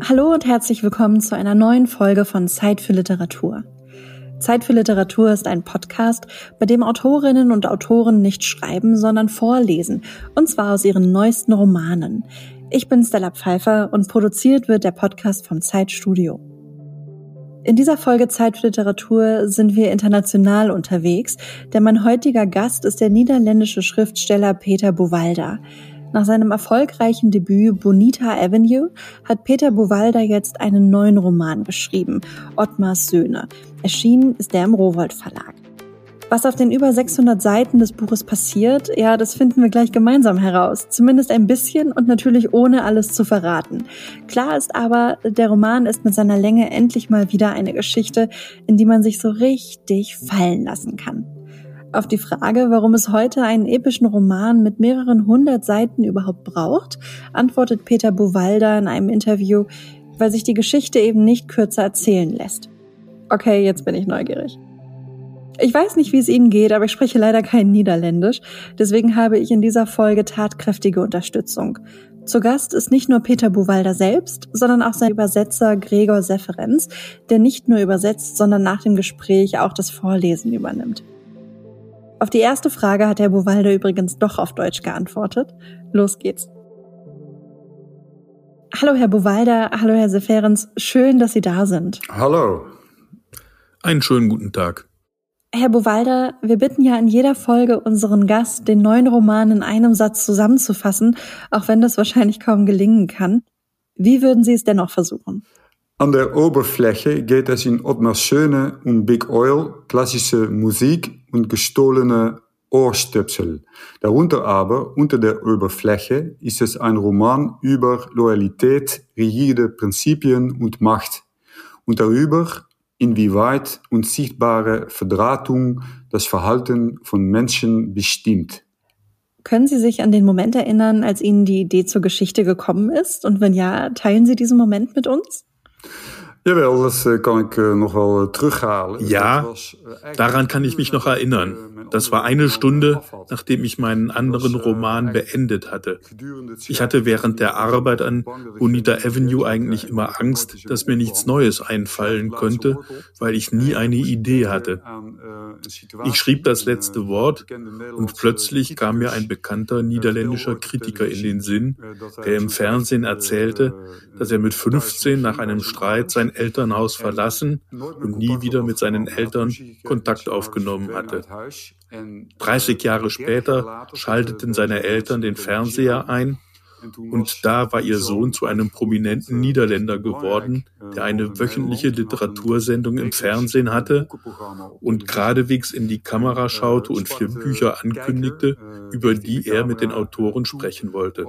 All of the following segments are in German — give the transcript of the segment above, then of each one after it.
Hallo und herzlich willkommen zu einer neuen Folge von Zeit für Literatur. Zeit für Literatur ist ein Podcast, bei dem Autorinnen und Autoren nicht schreiben, sondern vorlesen, und zwar aus ihren neuesten Romanen. Ich bin Stella Pfeiffer und produziert wird der Podcast vom Zeitstudio. In dieser Folge Zeit für Literatur sind wir international unterwegs, denn mein heutiger Gast ist der niederländische Schriftsteller Peter Bovaldar. Nach seinem erfolgreichen Debüt Bonita Avenue hat Peter Bovaldar jetzt einen neuen Roman geschrieben, Ottmars Söhne. Erschienen ist der im Rowohlt Verlag. Was auf den über 600 Seiten des Buches passiert, ja, das finden wir gleich gemeinsam heraus. Zumindest ein bisschen und natürlich ohne alles zu verraten. Klar ist aber, der Roman ist mit seiner Länge endlich mal wieder eine Geschichte, in die man sich so richtig fallen lassen kann. Auf die Frage, warum es heute einen epischen Roman mit mehreren 100 Seiten überhaupt braucht, antwortet Peter Bovaldar in einem Interview, weil sich die Geschichte eben nicht kürzer erzählen lässt. Okay, jetzt bin ich neugierig. Ich weiß nicht, wie es Ihnen geht, aber ich spreche leider kein Niederländisch, deswegen habe ich in dieser Folge tatkräftige Unterstützung. Zu Gast ist nicht nur Peter Bovaldar selbst, sondern auch sein Übersetzer Gregor Seferens, der nicht nur übersetzt, sondern nach dem Gespräch auch das Vorlesen übernimmt. Auf die erste Frage hat Herr Bovaldar übrigens doch auf Deutsch geantwortet. Los geht's. Hallo Herr Bovaldar, hallo Herr Seferens, schön, dass Sie da sind. Hallo. Einen schönen guten Tag. Herr Bovaldar, wir bitten ja in jeder Folge unseren Gast, den neuen Roman in einem Satz zusammenzufassen, auch wenn das wahrscheinlich kaum gelingen kann. Wie würden Sie es dennoch versuchen? An der Oberfläche geht es in Ottmars Söhne Big Oil, klassische Musik und gestohlene Ohrstöpsel. Darunter aber, unter der Oberfläche, ist es ein Roman über Loyalität, rigide Prinzipien und Macht. Und darüber, inwieweit unsichtbare Verdrahtung das Verhalten von Menschen bestimmt. Können Sie sich an den Moment erinnern, als Ihnen die Idee zur Geschichte gekommen ist? Und wenn ja, teilen Sie diesen Moment mit uns? Jawel, das kann ich noch wel terughalen. Ja, daran kann ich mich noch erinnern. Das war eine Stunde, nachdem ich meinen anderen Roman beendet hatte. Ich hatte während der Arbeit an Bonita Avenue eigentlich immer Angst, dass mir nichts Neues einfallen könnte, weil ich nie eine Idee hatte. Ich schrieb das letzte Wort und plötzlich kam mir ein bekannter niederländischer Kritiker in den Sinn, der im Fernsehen erzählte, dass er mit 15 nach einem Streit sein Elternhaus verlassen und nie wieder mit seinen Eltern Kontakt aufgenommen hatte. 30 Jahre später schalteten seine Eltern den Fernseher ein und da war ihr Sohn zu einem prominenten Niederländer geworden, der eine wöchentliche Literatursendung im Fernsehen hatte und geradewegs in die Kamera schaute und 4 Bücher ankündigte, über die er mit den Autoren sprechen wollte.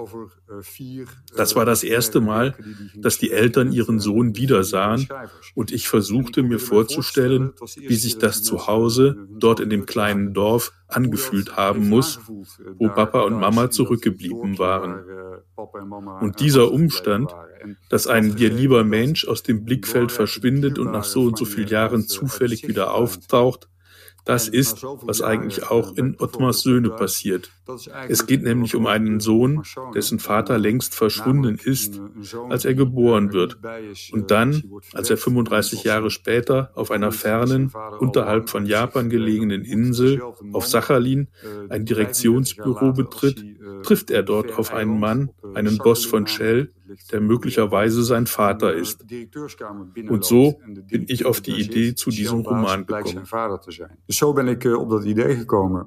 Das war das erste Mal, dass die Eltern ihren Sohn wiedersahen und ich versuchte mir vorzustellen, wie sich das zu Hause, dort in dem kleinen Dorf, angefühlt haben muss, wo Papa und Mama zurückgeblieben waren. Und dieser Umstand, dass ein dir lieber Mensch aus dem Blickfeld verschwindet und nach so und so vielen Jahren zufällig wieder auftaucht, das ist, was eigentlich auch in Ottmars Söhne passiert. Es geht nämlich um einen Sohn, dessen Vater längst verschwunden ist, als er geboren wird. Und dann, als er 35 Jahre später auf einer fernen, unterhalb von Japan gelegenen Insel, auf Sachalin, ein Direktionsbüro betritt, trifft er dort auf einen Mann, einen Boss von Shell, der möglicherweise sein Vater ist. Und so bin ich auf die Idee zu diesem Roman gekommen. So bin ich auf das Idee gekommen.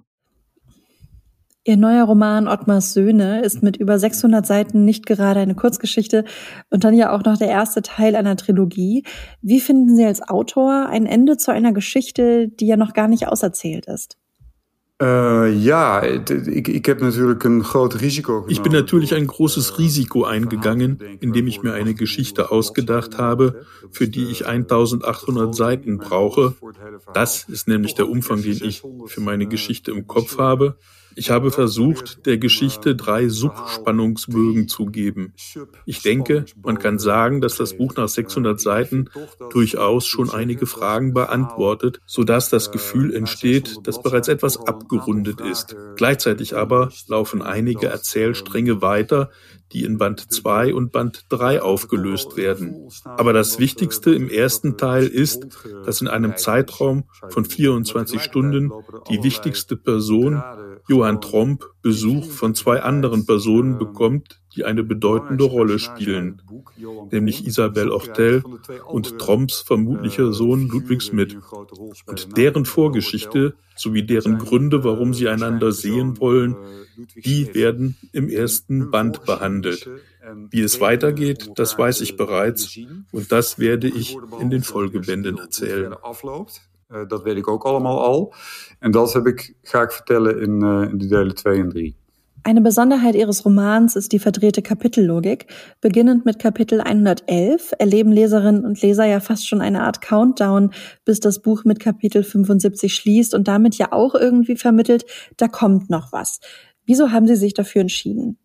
Ihr neuer Roman Ottmars Söhne ist mit über 600 Seiten nicht gerade eine Kurzgeschichte und dann ja auch noch der erste Teil einer Trilogie. Wie finden Sie als Autor ein Ende zu einer Geschichte, die ja noch gar nicht auserzählt ist? Ich habe natürlich ein großes Risiko genommen. Ich bin natürlich ein großes Risiko eingegangen, indem ich mir eine Geschichte ausgedacht habe, für die ich 1800 Seiten brauche. Das ist nämlich der Umfang, den ich für meine Geschichte im Kopf habe. Ich habe versucht, der Geschichte 3 Subspannungsbögen zu geben. Ich denke, man kann sagen, dass das Buch nach 600 Seiten durchaus schon einige Fragen beantwortet, sodass das Gefühl entsteht, dass bereits etwas abgerundet ist. Gleichzeitig aber laufen einige Erzählstränge weiter, die in Band 2 und Band 3 aufgelöst werden. Aber das Wichtigste im ersten Teil ist, dass in einem Zeitraum von 24 Stunden die wichtigste Person, Johann Tromp, Besuch von 2 anderen Personen bekommt, die eine bedeutende Rolle spielen, nämlich Isabelle Ortel und Tromps vermutlicher Sohn Ludwig Smith. Und deren Vorgeschichte sowie deren Gründe, warum sie einander sehen wollen, die werden im ersten Band behandelt. Wie es weitergeht, das weiß ich bereits und das werde ich in den Folgebänden erzählen. Dat weet ik ook allemaal al. En dat ga ik vertellen in de delen 2 en 3. Eine Besonderheit ihres Romans ist die verdrehte Kapitellogik. Beginnend mit Kapitel 111 erleben Leserinnen und Leser ja fast schon eine Art Countdown, bis das Buch mit Kapitel 75 schließt und damit ja auch irgendwie vermittelt, da kommt noch was. Wieso haben Sie sich dafür entschieden?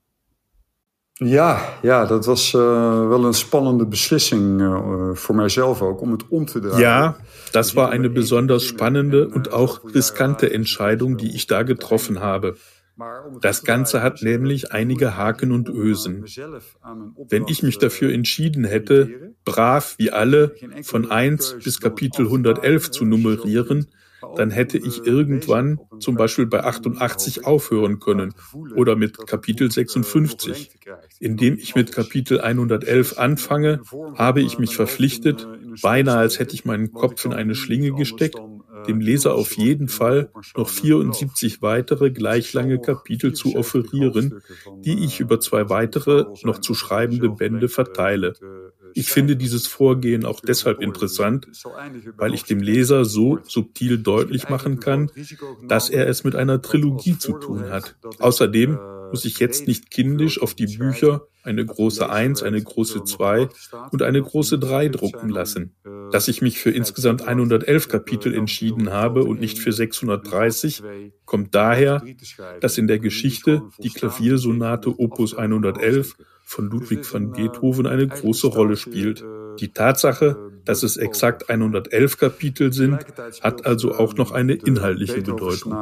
Ja, dat was wel een spannende beslissing voor mijzelf ook, om het om te draaien. Ja, das war eine besonders spannende und auch riskante Entscheidung, die ich da getroffen habe. Das Ganze hat nämlich einige Haken und Ösen. Wenn ich mich dafür entschieden hätte, brav wie alle von 1 bis Kapitel 111 zu nummerieren, dann hätte ich irgendwann zum Beispiel bei 88 aufhören können oder mit Kapitel 56. Indem ich mit Kapitel 111 anfange, habe ich mich verpflichtet, beinahe als hätte ich meinen Kopf in eine Schlinge gesteckt, dem Leser auf jeden Fall noch 74 weitere gleich lange Kapitel zu offerieren, die ich über 2 weitere noch zu schreibende Bände verteile. Ich finde dieses Vorgehen auch deshalb interessant, weil ich dem Leser so subtil deutlich machen kann, dass er es mit einer Trilogie zu tun hat. Außerdem muss ich jetzt nicht kindisch auf die Bücher eine große 1, eine große 2 und eine große 3 drucken lassen. Dass ich mich für insgesamt 111 Kapitel entschieden habe und nicht für 630, kommt daher, dass in der Geschichte die Klaviersonate Opus 111 von Ludwig van Beethoven eine große Rolle spielt. Die Tatsache, dass es exakt 111 Kapitel sind, hat also auch noch eine inhaltliche Bedeutung.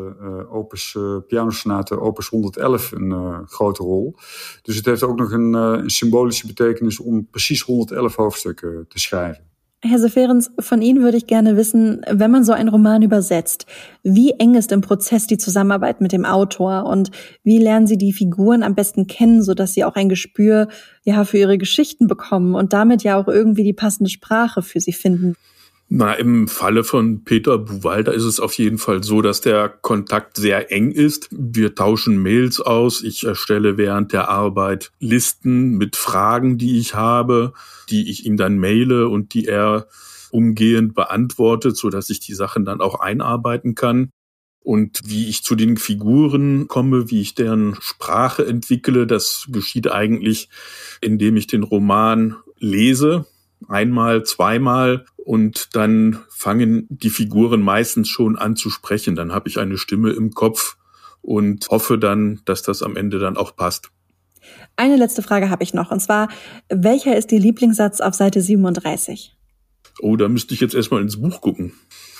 Pianosonate Opus 111 een grote rol. Dus het heeft ook nog een symbolische betekenis om precies 111 hoofdstukken te schrijven. Herr Seferens, von Ihnen würde ich gerne wissen, wenn man so einen Roman übersetzt, wie eng ist im Prozess die Zusammenarbeit mit dem Autor und wie lernen Sie die Figuren am besten kennen, sodass Sie auch ein Gespür für ihre Geschichten bekommen und damit ja auch irgendwie die passende Sprache für sie finden? Im Falle von Peter Buwalda ist es auf jeden Fall so, dass der Kontakt sehr eng ist. Wir tauschen Mails aus. Ich erstelle während der Arbeit Listen mit Fragen, die ich habe, die ich ihm dann maile und die er umgehend beantwortet, sodass ich die Sachen dann auch einarbeiten kann. Und wie ich zu den Figuren komme, wie ich deren Sprache entwickle, das geschieht eigentlich, indem ich den Roman lese. Einmal, zweimal und dann fangen die Figuren meistens schon an zu sprechen. Dann habe ich eine Stimme im Kopf und hoffe dann, dass das am Ende dann auch passt. Eine letzte Frage habe ich noch und zwar, welcher ist Ihr Lieblingssatz auf Seite 37? Oh, da müsste ich jetzt erstmal ins Buch gucken.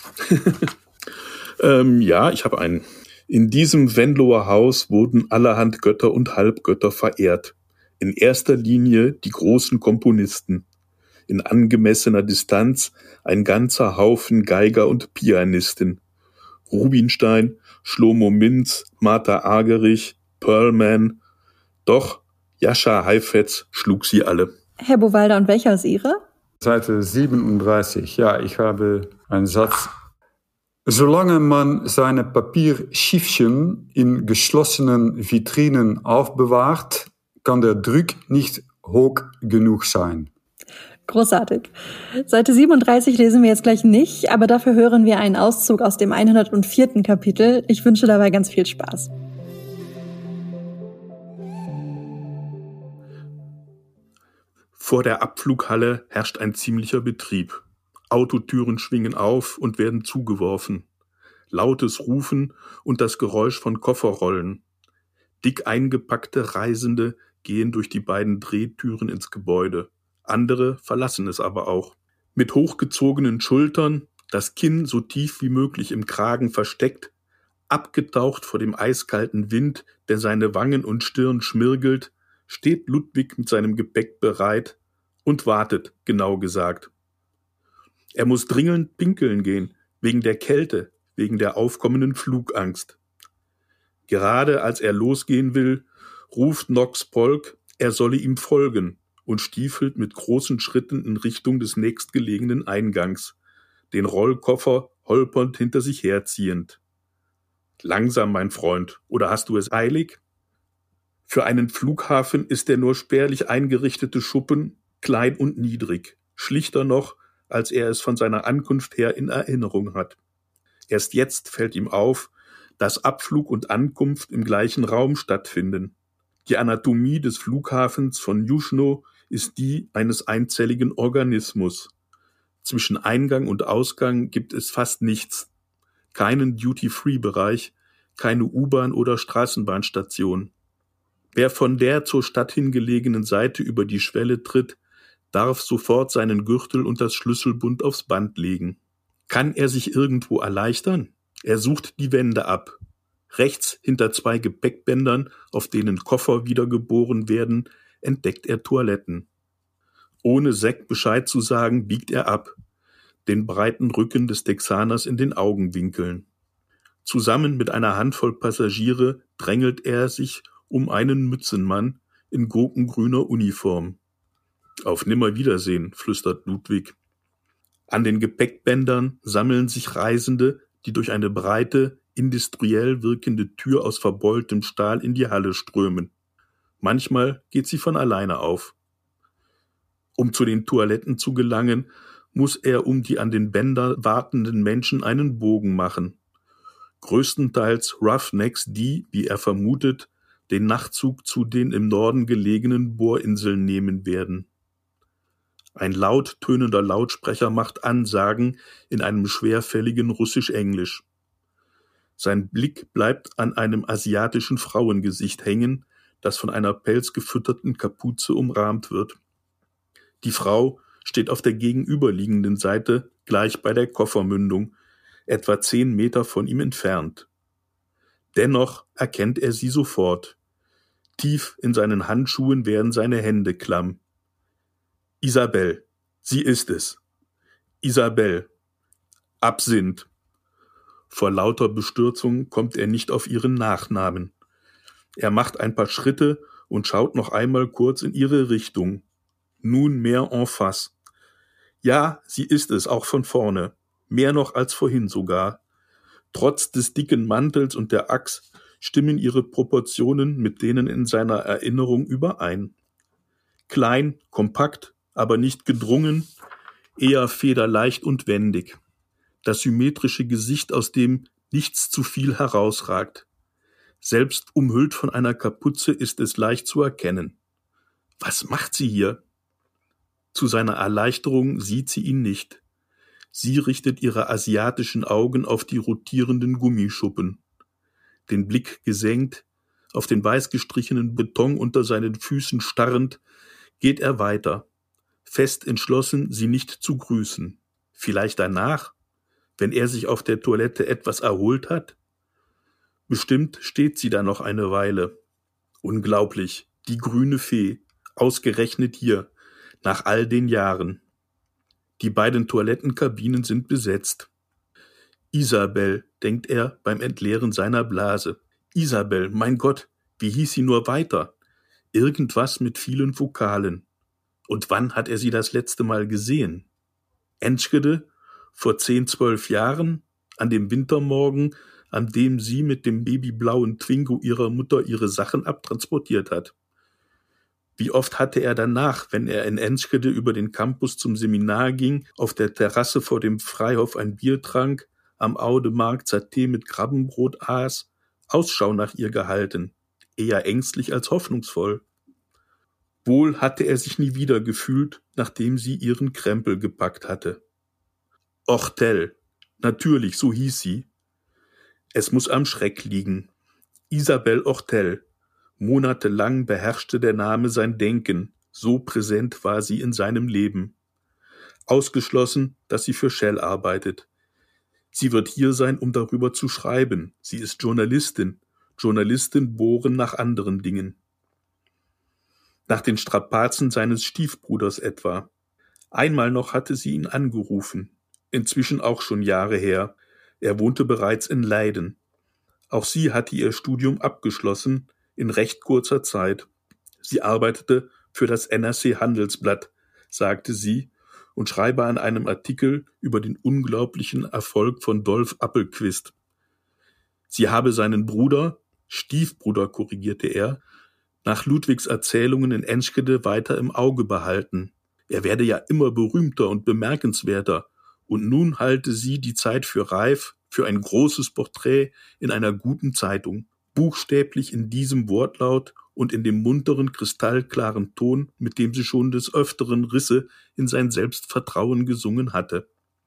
Ja, ich habe einen. In diesem Venloer Haus wurden allerhand Götter und Halbgötter verehrt. In erster Linie die großen Komponisten. In angemessener Distanz ein ganzer Haufen Geiger und Pianisten. Rubinstein, Shlomo Mintz, Martha Argerich, Perlman. Doch Jascha Heifetz schlug sie alle. Herr Buwalda, und welcher ist Ihre? Seite 37. Ja, ich habe einen Satz. Solange man seine Papierschiffchen in geschlossenen Vitrinen aufbewahrt, kann der Druck nicht hoch genug sein. Großartig. Seite 37 lesen wir jetzt gleich nicht, aber dafür hören wir einen Auszug aus dem 104. Kapitel. Ich wünsche dabei ganz viel Spaß. Vor der Abflughalle herrscht ein ziemlicher Betrieb. Autotüren schwingen auf und werden zugeworfen. lautes Rufen und das Geräusch von Kofferrollen. Dick eingepackte Reisende gehen durch die beiden Drehtüren ins Gebäude. Andere verlassen es aber auch. Mit hochgezogenen Schultern, das Kinn so tief wie möglich im Kragen versteckt, abgetaucht vor dem eiskalten Wind, der seine Wangen und Stirn schmirgelt, steht Ludwig mit seinem Gepäck bereit und wartet, genau gesagt. Er muss dringend pinkeln gehen, wegen der Kälte, wegen der aufkommenden Flugangst. Gerade als er losgehen will, ruft Nox Polk, er solle ihm folgen und stiefelt mit großen Schritten in Richtung des nächstgelegenen Eingangs, den Rollkoffer holpernd hinter sich herziehend. Langsam, mein Freund, oder hast du es eilig? Für einen Flughafen ist der nur spärlich eingerichtete Schuppen klein und niedrig, schlichter noch, als er es von seiner Ankunft her in Erinnerung hat. Erst jetzt fällt ihm auf, dass Abflug und Ankunft im gleichen Raum stattfinden. Die Anatomie des Flughafens von Južno ist die eines einzelligen Organismus. Zwischen Eingang und Ausgang gibt es fast nichts. Keinen Duty-Free-Bereich, keine U-Bahn- oder Straßenbahnstation. Wer von der zur Stadt hingelegenen Seite über die Schwelle tritt, darf sofort seinen Gürtel und das Schlüsselbund aufs Band legen. Kann er sich irgendwo erleichtern? Er sucht die Wände ab. Rechts hinter 2 Gepäckbändern, auf denen Koffer wiedergeboren werden, entdeckt er Toiletten. Ohne Zack Bescheid zu sagen, biegt er ab, den breiten Rücken des Texaners in den Augenwinkeln. Zusammen mit einer Handvoll Passagiere drängelt er sich um einen Mützenmann in gurkengrüner Uniform. Auf Nimmerwiedersehen, flüstert Ludwig. An den Gepäckbändern sammeln sich Reisende, die durch eine breite, industriell wirkende Tür aus verbeultem Stahl in die Halle strömen. Manchmal geht sie von alleine auf. Um zu den Toiletten zu gelangen, muss er um die an den Bändern wartenden Menschen einen Bogen machen. Größtenteils Roughnecks, die, wie er vermutet, den Nachtzug zu den im Norden gelegenen Bohrinseln nehmen werden. Ein laut tönender Lautsprecher macht Ansagen in einem schwerfälligen Russisch-Englisch. Sein Blick bleibt an einem asiatischen Frauengesicht hängen, das von einer pelzgefütterten Kapuze umrahmt wird. Die Frau steht auf der gegenüberliegenden Seite, gleich bei der Koffermündung, etwa 10 Meter von ihm entfernt. Dennoch erkennt er sie sofort. Tief in seinen Handschuhen werden seine Hände klamm. Isabel, sie ist es. Isabel. Absinth. Vor lauter Bestürzung kommt er nicht auf ihren Nachnamen. Er macht ein paar Schritte und schaut noch einmal kurz in ihre Richtung. Nunmehr en face. Ja, sie ist es, auch von vorne. Mehr noch als vorhin sogar. Trotz des dicken Mantels und der Axt stimmen ihre Proportionen mit denen in seiner Erinnerung überein. Klein, kompakt, aber nicht gedrungen, eher federleicht und wendig. Das symmetrische Gesicht, aus dem nichts zu viel herausragt. Selbst umhüllt von einer Kapuze ist es leicht zu erkennen. Was macht sie hier? Zu seiner Erleichterung sieht sie ihn nicht. Sie richtet ihre asiatischen Augen auf die rotierenden Gummischuppen. Den Blick gesenkt, auf den weiß gestrichenen Beton unter seinen Füßen starrend, geht er weiter, fest entschlossen, sie nicht zu grüßen. Vielleicht danach, wenn er sich auf der Toilette etwas erholt hat? Bestimmt steht sie da noch eine Weile. Unglaublich, die grüne Fee, ausgerechnet hier, nach all den Jahren. Die beiden Toilettenkabinen sind besetzt. Isabel, denkt er beim Entleeren seiner Blase. Isabel, mein Gott, wie hieß sie nur weiter? Irgendwas mit vielen Vokalen. Und wann hat er sie das letzte Mal gesehen? Enschede, vor 10, 12 Jahren, an dem Wintermorgen, an dem sie mit dem babyblauen Twingo ihrer Mutter ihre Sachen abtransportiert hat. Wie oft hatte er danach, wenn er in Enschede über den Campus zum Seminar ging, auf der Terrasse vor dem Freihof ein Bier trank, am Audemarkt Saté mit Krabbenbrot aß, Ausschau nach ihr gehalten, eher ängstlich als hoffnungsvoll. Wohl hatte er sich nie wieder gefühlt, nachdem sie ihren Krempel gepackt hatte. Ortel, natürlich, so hieß sie. Es muss am Schreck liegen. Isabelle Ortel. Monatelang beherrschte der Name sein Denken, so präsent war sie in seinem Leben. Ausgeschlossen, dass sie für Shell arbeitet. Sie wird hier sein, um darüber zu schreiben. Sie ist Journalistin. Journalisten bohren nach anderen Dingen. Nach den Strapazen seines Stiefbruders etwa. Einmal noch hatte sie ihn angerufen. Inzwischen auch schon Jahre her. Er wohnte bereits in Leiden. Auch sie hatte ihr Studium abgeschlossen, in recht kurzer Zeit. Sie arbeitete für das NRC Handelsblatt, sagte sie, und schreibe an einem Artikel über den unglaublichen Erfolg von Dolf Appelqvist. Sie habe seinen Stiefbruder korrigierte er, nach Ludwigs Erzählungen in Enschede weiter im Auge behalten. Er werde ja immer berühmter und bemerkenswerter, und nun halte sie die Zeit für reif, für ein großes Porträt in einer guten Zeitung, buchstäblich in diesem Wortlaut und in dem munteren, kristallklaren Ton, mit dem sie schon des Öfteren Risse in sein Selbstvertrauen gesungen hatte.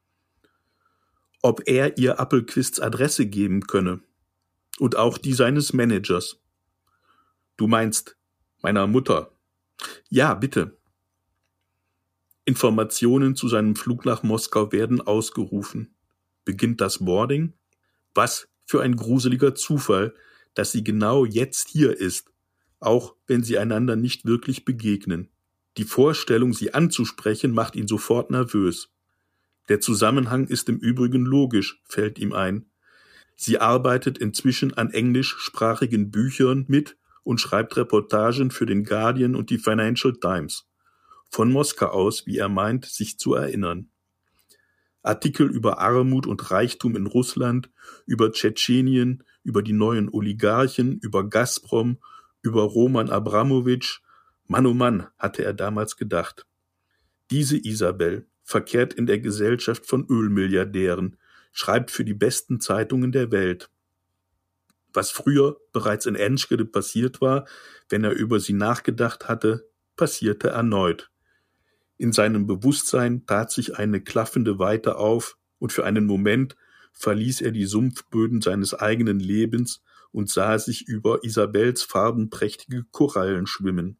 Ob er ihr Appelquists Adresse geben könne, und auch die seines Managers. Du meinst, meiner Mutter? Ja, bitte. Informationen zu seinem Flug nach Moskau werden ausgerufen. Beginnt das Boarding? Was für ein gruseliger Zufall, dass sie genau jetzt hier ist, auch wenn sie einander nicht wirklich begegnen. Die Vorstellung, sie anzusprechen, macht ihn sofort nervös. Der Zusammenhang ist im Übrigen logisch, fällt ihm ein. Sie arbeitet inzwischen an englischsprachigen Büchern mit und schreibt Reportagen für den Guardian und die Financial Times. Von Moskau aus, wie er meint, sich zu erinnern. Artikel über Armut und Reichtum in Russland, über Tschetschenien, über die neuen Oligarchen, über Gazprom, über Roman Abramowitsch. Mann, oh Mann, hatte er damals gedacht. Diese Isabelle verkehrt in der Gesellschaft von Ölmilliardären, schreibt für die besten Zeitungen der Welt. Was früher bereits in Enschede passiert war, wenn er über sie nachgedacht hatte, passierte erneut. In seinem Bewusstsein tat sich eine klaffende Weite auf, und für einen Moment verließ er die Sumpfböden seines eigenen Lebens und sah sich über Isabelles farbenprächtige Korallen schwimmen.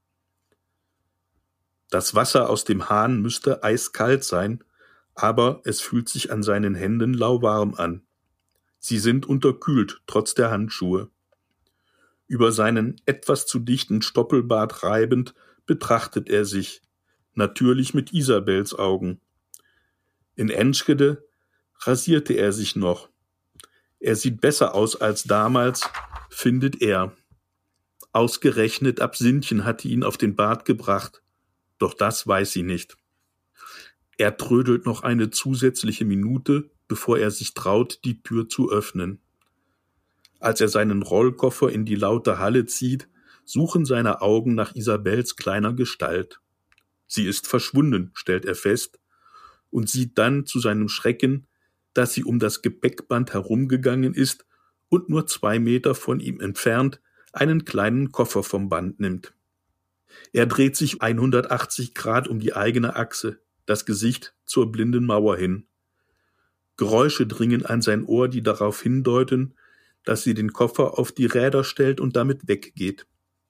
Das Wasser aus dem Hahn müsste eiskalt sein, aber es fühlt sich an seinen Händen lauwarm an. Sie sind unterkühlt, trotz der Handschuhe. Über seinen etwas zu dichten Stoppelbart reibend betrachtet er sich, natürlich mit Isabelles Augen. In Enschede rasierte er sich noch. Er sieht besser aus als damals, findet er. Ausgerechnet Absinthien hatte ihn auf den Bart gebracht, doch das weiß sie nicht. Er trödelt noch eine zusätzliche Minute, bevor er sich traut, die Tür zu öffnen. Als er seinen Rollkoffer in die laute Halle zieht, suchen seine Augen nach Isabelles kleiner Gestalt. Sie ist verschwunden, stellt er fest, und sieht dann zu seinem Schrecken, dass sie um das Gepäckband herumgegangen ist und nur 2 Meter von ihm entfernt einen kleinen Koffer vom Band nimmt. Er dreht sich 180 Grad um die eigene Achse, das Gesicht zur blinden Mauer hin. Geräusche dringen an sein Ohr, die darauf hindeuten, dass sie den Koffer auf die Räder stellt und damit weggeht.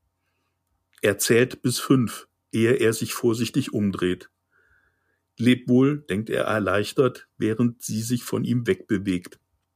Er zählt bis 5, ehe er sich vorsichtig umdreht. Leb wohl, denkt er erleichtert, während sie sich von ihm wegbewegt.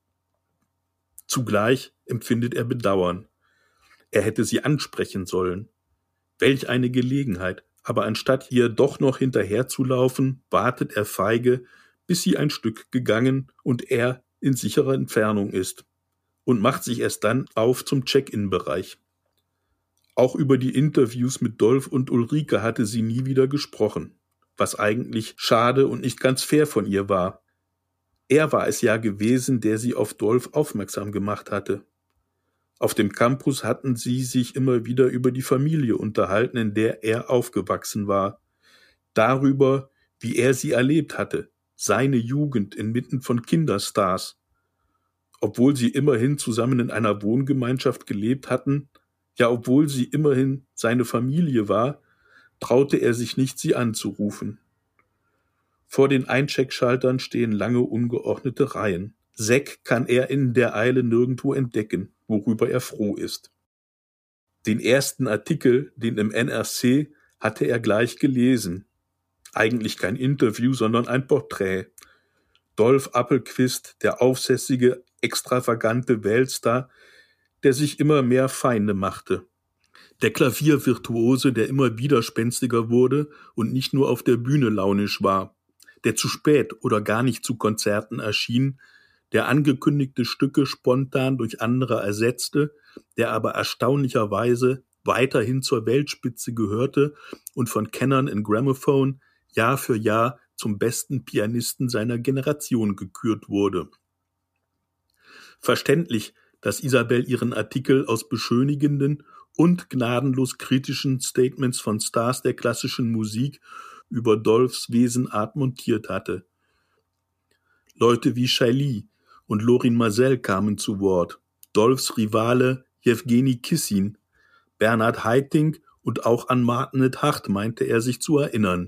Zugleich empfindet er Bedauern. Er hätte sie ansprechen sollen. Welch eine Gelegenheit, aber anstatt hier doch noch hinterherzulaufen, wartet er feige, bis sie ein Stück gegangen und er in sicherer Entfernung ist, und macht sich erst dann auf zum Check-in-Bereich. Auch über die Interviews mit Dolf und Ulrike hatte sie nie wieder gesprochen, was eigentlich schade und nicht ganz fair von ihr war. Er war es ja gewesen, der sie auf Dolf aufmerksam gemacht hatte. Auf dem Campus hatten sie sich immer wieder über die Familie unterhalten, in der er aufgewachsen war. Darüber, wie er sie erlebt hatte, seine Jugend inmitten von Kinderstars. Obwohl sie immerhin zusammen in einer Wohngemeinschaft gelebt hatten, ja obwohl sie immerhin seine Familie war, traute er sich nicht, sie anzurufen. Vor den Eincheckschaltern stehen lange ungeordnete Reihen. Zack kann er in der Eile nirgendwo entdecken, worüber er froh ist. Den ersten Artikel, den im NRC, hatte er gleich gelesen. Eigentlich kein Interview, sondern ein Porträt. Dolph Appelqvist, der aufsässige, extravagante Weltstar, der sich immer mehr Feinde machte. Der Klaviervirtuose, der immer widerspenstiger wurde und nicht nur auf der Bühne launisch war, der zu spät oder gar nicht zu Konzerten erschien, der angekündigte Stücke spontan durch andere ersetzte, der aber erstaunlicherweise weiterhin zur Weltspitze gehörte und von Kennern in Gramophone Jahr für Jahr zum besten Pianisten seiner Generation gekürt wurde. Verständlich, dass Isabelle ihren Artikel aus beschönigenden und gnadenlos kritischen Statements von Stars der klassischen Musik über Dolphs Wesenart montiert hatte. Leute wie Shaili und Lorin Maazel kamen zu Wort, Dolphs Rivale Jewgeni Kissin, Bernhard Haitink und auch an Martinet Hardt meinte er sich zu erinnern.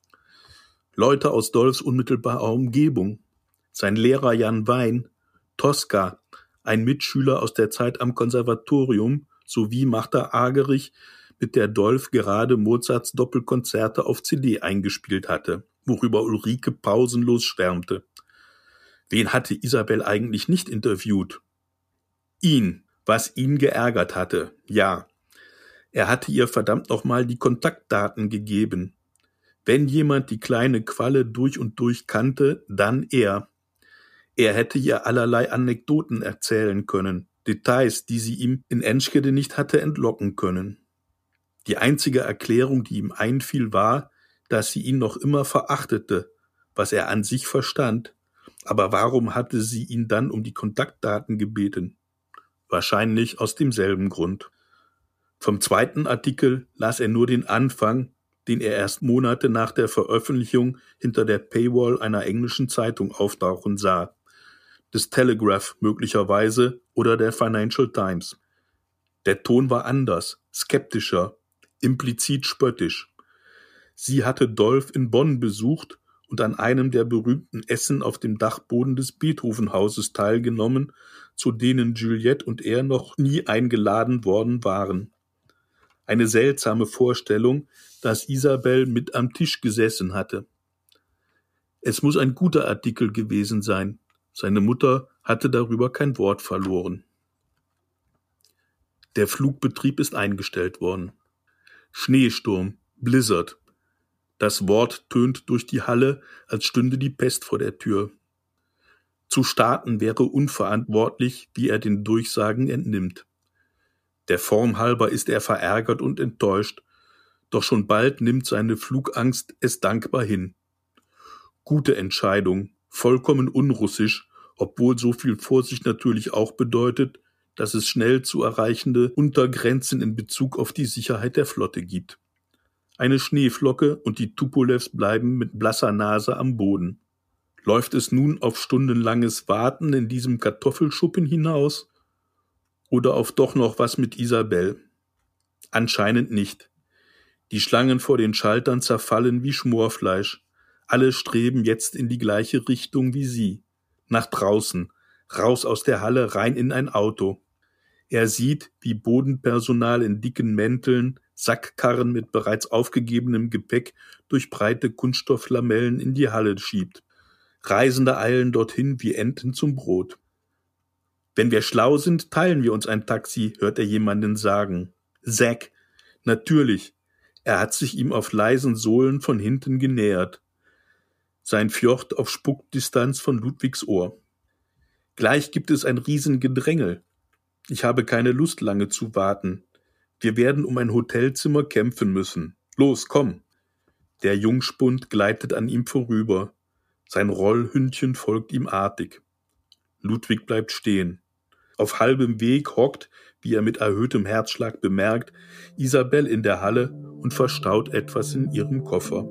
Leute aus Dolphs unmittelbarer Umgebung, sein Lehrer Jan Wein, Tosca, ein Mitschüler aus der Zeit am Konservatorium, sowie Martha Argerich, mit der Dolph gerade Mozarts Doppelkonzerte auf CD eingespielt hatte, worüber Ulrike pausenlos schwärmte. Wen hatte Isabelle eigentlich nicht interviewt? Ihn, was ihn geärgert hatte, ja. Er hatte ihr verdammt nochmal die Kontaktdaten gegeben. Wenn jemand die kleine Qualle durch und durch kannte, dann er. Er hätte ihr allerlei Anekdoten erzählen können, Details, die sie ihm in Enschede nicht hatte entlocken können. Die einzige Erklärung, die ihm einfiel, war, dass sie ihn noch immer verachtete, was er an sich verstand. Aber warum hatte sie ihn dann um die Kontaktdaten gebeten? Wahrscheinlich aus demselben Grund. Vom zweiten Artikel las er nur den Anfang, den er erst Monate nach der Veröffentlichung hinter der Paywall einer englischen Zeitung auftauchen sah. Des Telegraph möglicherweise oder der Financial Times. Der Ton war anders, skeptischer, implizit spöttisch. Sie hatte Dolph in Bonn besucht und an einem der berühmten Essen auf dem Dachboden des Beethoven-Hauses teilgenommen, zu denen Juliette und er noch nie eingeladen worden waren. Eine seltsame Vorstellung, dass Isabelle mit am Tisch gesessen hatte. Es muss ein guter Artikel gewesen sein. Seine Mutter hatte darüber kein Wort verloren. Der Flugbetrieb ist eingestellt worden. Schneesturm, Blizzard. Das Wort tönt durch die Halle, als stünde die Pest vor der Tür. Zu starten wäre unverantwortlich, wie er den Durchsagen entnimmt. Der Form halber ist er verärgert und enttäuscht, doch schon bald nimmt seine Flugangst es dankbar hin. Gute Entscheidung, vollkommen unrussisch, obwohl so viel Vorsicht natürlich auch bedeutet, dass es schnell zu erreichende Untergrenzen in Bezug auf die Sicherheit der Flotte gibt. Eine Schneeflocke und die Tupolevs bleiben mit blasser Nase am Boden. Läuft es nun auf stundenlanges Warten in diesem Kartoffelschuppen hinaus? Oder auf doch noch was mit Isabelle? Anscheinend nicht. Die Schlangen vor den Schaltern zerfallen wie Schmorfleisch. Alle streben jetzt in die gleiche Richtung wie sie. Nach draußen, raus aus der Halle, rein in ein Auto. Er sieht, wie Bodenpersonal in dicken Mänteln Sackkarren mit bereits aufgegebenem Gepäck durch breite Kunststofflamellen in die Halle schiebt. Reisende eilen dorthin wie Enten zum Brot. Wenn wir schlau sind, teilen wir uns ein Taxi, hört er jemanden sagen. Zack, natürlich. Er hat sich ihm auf leisen Sohlen von hinten genähert. Sein Fjord auf Spuckdistanz von Ludwigs Ohr. Gleich gibt es ein Riesengedrängel. Ich habe keine Lust, lange zu warten. Wir werden um ein Hotelzimmer kämpfen müssen. Los, komm. Der Jungspund gleitet an ihm vorüber. Sein Rollhündchen folgt ihm artig. Ludwig bleibt stehen. Auf halbem Weg hockt, wie er mit erhöhtem Herzschlag bemerkt, Isabelle in der Halle und verstaut etwas in ihrem Koffer.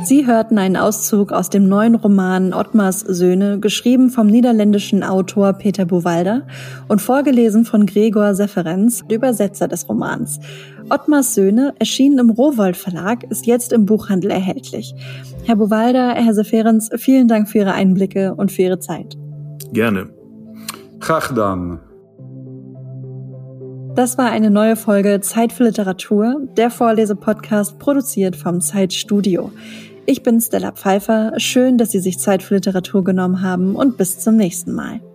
Sie hörten einen Auszug aus dem neuen Roman Ottmars Söhne, geschrieben vom niederländischen Autor Peter Buwalda und vorgelesen von Gregor Seferens, Übersetzer des Romans. Ottmars Söhne, erschienen im Rowohlt Verlag, ist jetzt im Buchhandel erhältlich. Herr Buwalda, Herr Seferens, vielen Dank für Ihre Einblicke und für Ihre Zeit. Gerne. Graag gedaan. Das war eine neue Folge Zeit für Literatur, der Vorlesepodcast produziert vom Zeitstudio. Ich bin Stella Pfeiffer. Schön, dass Sie sich Zeit für Literatur genommen haben und bis zum nächsten Mal.